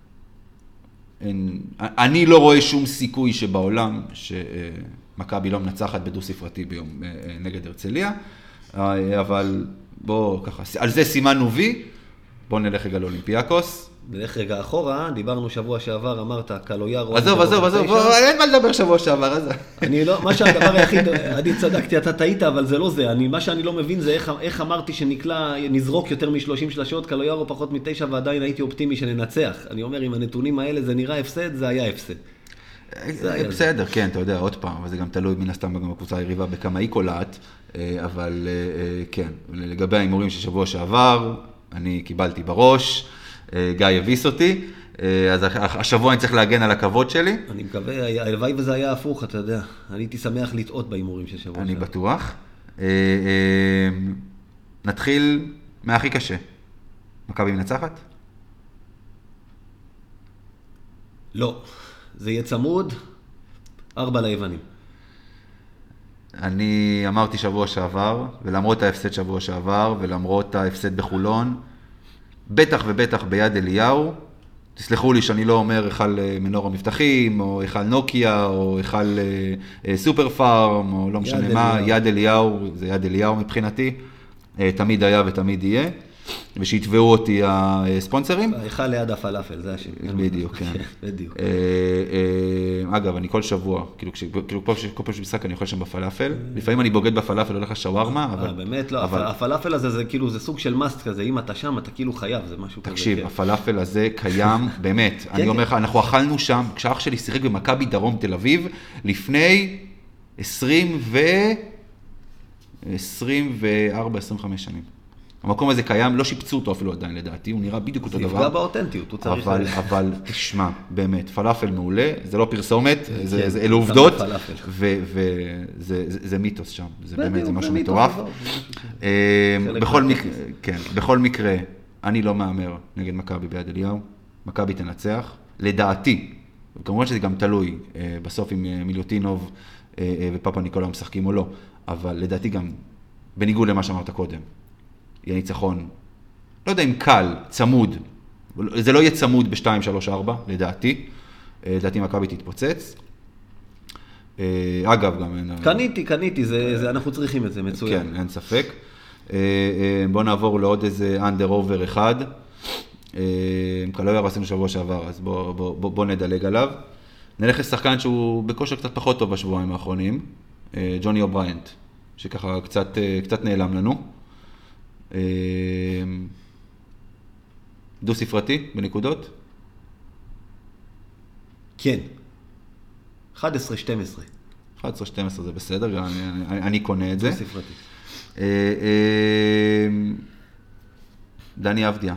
אני לא רואה שום סיכוי שבעולם שמכבי לא מנצחת בדו ספרתי ביום נגד הרצליה, אבל בוא ככה, על זה סימנו וי, בוא נלך רגע לאולימפיאקוס. נלך רגע אחורה, דיברנו שבוע שעבר, אמרת, קלויארו... עזוב, עזוב, עזוב, אין מה לדבר שבוע שעבר, אז... אני לא, מה שהדבר היחיד, אני צדקתי, אתה טעית, אבל זה לא זה. אני, מה שאני לא מבין זה איך, איך אמרתי שנקלע, נזרוק יותר מ-שלושים שלשות, קלויארו פחות מתשע, ועדיין הייתי אופטימי שננצח. אני אומר, עם הנתונים האלה זה נראה הפסד, זה היה הפסד. בסדר, כן, אתה יודע, עוד פעם, אבל זה גם תלוי מן הסתם גם בקבוצה היריבה בכמה היא קולעת, אבל כן, לגבי ההימורים של שבוע שעבר, אני קיבלתי בראש, גיא הביס אותי, אז השבוע אני צריך להגן על הכבוד שלי. אני מקווה, הלוואי וזה היה הפוך, אתה יודע. אני הייתי שמח לטעות בהימורים של שבוע. אני בטוח. נתחיל מהכי קשה. מכבי מנצחת? לא. זה יהיה צמוד, ארבע ליוונים. אני אמרתי שבוע שעבר, ולמרות ההפסד שבוע שעבר, ולמרות ההפסד בחולון, בטח ובטח ביד אליהו, תסלחו לי שאני לא אומר היכל מנור המבטחים, או היכל נוקיה, או היכל סופר פארם, או לא משנה מה, יד אליהו, זה יד אליהו מבחינתי, תמיד היה ותמיד יהיה, ושיתבעו אותי הספונסרים. היכל ליד הפלאפל, זה השם. בדיוק, כן. בדיוק. אגב, אני כל שבוע, כאילו כל פעם שמשחק אני אוכל שם בפלאפל, לפעמים אני בוגד בפלאפל, הולך לשווארמה, אבל... באמת לא, הפלאפל הזה זה כאילו, זה סוג של מאסט כזה, אם אתה שם, אתה כאילו חייב, זה משהו כזה. תקשיב, הפלאפל הזה קיים, באמת, אני אומר לך, אנחנו אכלנו שם, כשאח שלי שיחק במכבי דרום תל אביב, לפני עשרים ו... עשרים וארבע עשרים וחמש שנים. המקום הזה קיים, לא שיפצו אותו אפילו עדיין לדעתי, הוא נראה בדיוק אותו דבר. זה יפגע באותנטיות, הוא צריך... אבל, אבל תשמע, באמת, פלאפל מעולה, זה לא פרסומת, אלה עובדות, וזה מיתוס שם, זה באמת, זה משהו מטורף. בכל מקרה, אני לא מאמר נגד מכבי ביד אליהו, מכבי תנצח, לדעתי, וכמובן שזה גם תלוי, בסוף עם מיליוטינוב ופאפה ניקולה משחקים או לא, אבל לדעתי גם, בניגוד למה שאמרת קודם, יהיה ניצחון, לא יודע אם קל, צמוד, זה לא יהיה צמוד ב-שתיים שלוש ארבע, לדעתי, לדעתי מכבי תתפוצץ. אגב, גם... קניתי, קניתי, זה, אנחנו צריכים את זה, מצוין. כן, אין ספק. בואו נעבור לעוד איזה אנדר אובר אחד, קלויה עשינו שבוע שעבר, אז בואו בוא, בוא, בוא נדלג עליו. נלך לשחקן שהוא בכושר קצת פחות טוב בשבועיים האחרונים, ג'וני אובריינט, שככה קצת, קצת נעלם לנו. דו ספרתי בנקודות? כן. אחת עשרה שתים עשרה. אחת עשרה שתים עשרה זה בסדר, אני, אני, אני קונה את זה. דו ספרתי. דני אבדיה.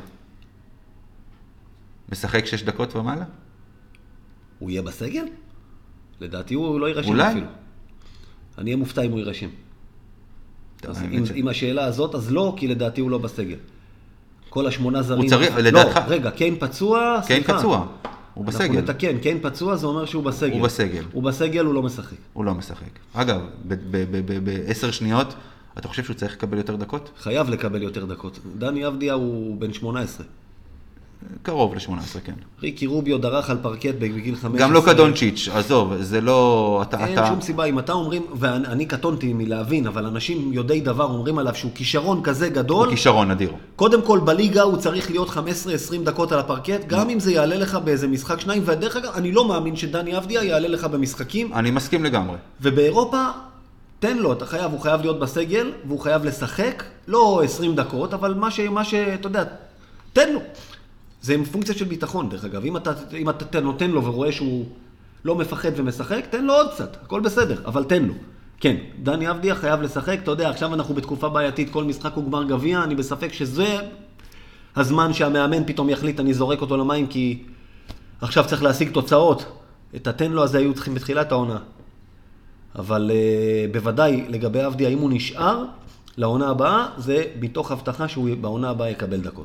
משחק שש דקות ומעלה? הוא יהיה בסגל? לדעתי הוא לא יירשם אולי? אפילו. אני אהיה מופתע אם הוא יירשם. אז אם, ש... אם השאלה הזאת, אז לא, כי לדעתי הוא לא בסגל. כל השמונה זרים... הוא צריך, לדעתך... לא, רגע, קיין פצוע, קיין פצוע, הוא בסגל. אנחנו נתקן, קיין פצוע זה אומר שהוא בסגל. הוא בסגל. הוא בסגל, הוא לא משחק. הוא לא משחק. אגב, בעשר שניות, אתה חושב שהוא צריך לקבל יותר דקות? חייב לקבל יותר דקות. דני אבדיה הוא בן שמונה עשרה. קרוב ל-שמונה עשרה, כן. ריקי רוביו דרך על פרקט בגיל חמש עשרה. גם לא קדונצ'יץ', עזוב, זה לא... אתה, אין אתה... שום סיבה, אם אתה אומרים, ואני קטונתי מלהבין, אבל אנשים יודעי דבר אומרים עליו שהוא כישרון כזה גדול. הוא כישרון אדיר. קודם כל, בליגה הוא צריך להיות חמש עשרה עשרים דקות על הפרקט, גם אם זה יעלה לך באיזה משחק שניים, ודרך אגב, אני לא מאמין שדני אבדיה יעלה לך במשחקים. אני מסכים לגמרי. ובאירופה, תן לו, אתה חייב, הוא חייב להיות בסגל, והוא חייב לשחק, לא עשרים דקות, אבל מה ש, מה ש, אתה יודע, תן לו. זה עם פונקציה של ביטחון, דרך אגב. אם אתה, אם אתה נותן לו ורואה שהוא לא מפחד ומשחק, תן לו עוד קצת, הכל בסדר, אבל תן לו. כן, דני אבדיה חייב לשחק, אתה יודע, עכשיו אנחנו בתקופה בעייתית, כל משחק הוא גמר גביע, אני בספק שזה הזמן שהמאמן פתאום יחליט, אני זורק אותו למים, כי עכשיו צריך להשיג תוצאות. את התן לו הזה היו צריכים בתחילת העונה. אבל uh, בוודאי, לגבי אבדיה, אם הוא נשאר לעונה הבאה, זה מתוך הבטחה שהוא בעונה הבאה יקבל דקות.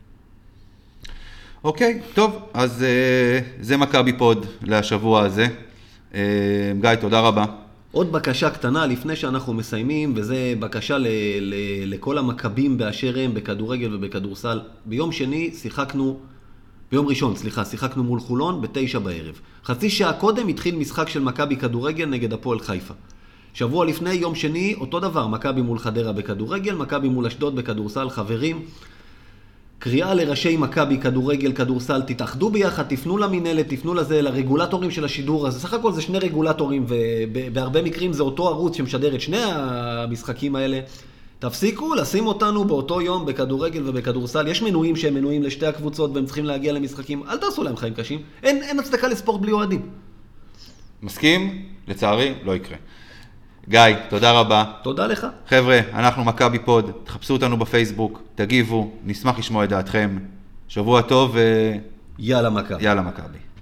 אוקיי, טוב, אז uh, זה מכבי פוד לשבוע הזה. Uh, גיא, תודה רבה. עוד בקשה קטנה לפני שאנחנו מסיימים, וזה בקשה ל- ל- לכל המכבים באשר הם בכדורגל ובכדורסל. ביום שני שיחקנו, ביום ראשון, סליחה, שיחקנו מול חולון בתשע בערב. חצי שעה קודם התחיל משחק של מכבי כדורגל נגד הפועל חיפה. שבוע לפני, יום שני, אותו דבר, מכבי מול חדרה בכדורגל, מכבי מול אשדוד בכדורסל, חברים. קריאה לראשי מכבי כדורגל, כדורסל, תתאחדו ביחד, תפנו למנהלת, תפנו לזה, לרגולטורים של השידור. אז סך הכל זה שני רגולטורים, ובהרבה מקרים זה אותו ערוץ שמשדר את שני המשחקים האלה. תפסיקו לשים אותנו באותו יום בכדורגל ובכדורסל. יש מנויים שהם מנויים לשתי הקבוצות והם צריכים להגיע למשחקים. אל תעשו להם חיים קשים. אין, אין הצדקה לספורט בלי אוהדים. מסכים? לצערי, לא יקרה. גיא, תודה רבה. תודה לך. חבר'ה, אנחנו מכבי פוד, תחפשו אותנו בפייסבוק, תגיבו, נשמח לשמוע את דעתכם. שבוע טוב ו... יאללה מכבי. יאללה מכבי.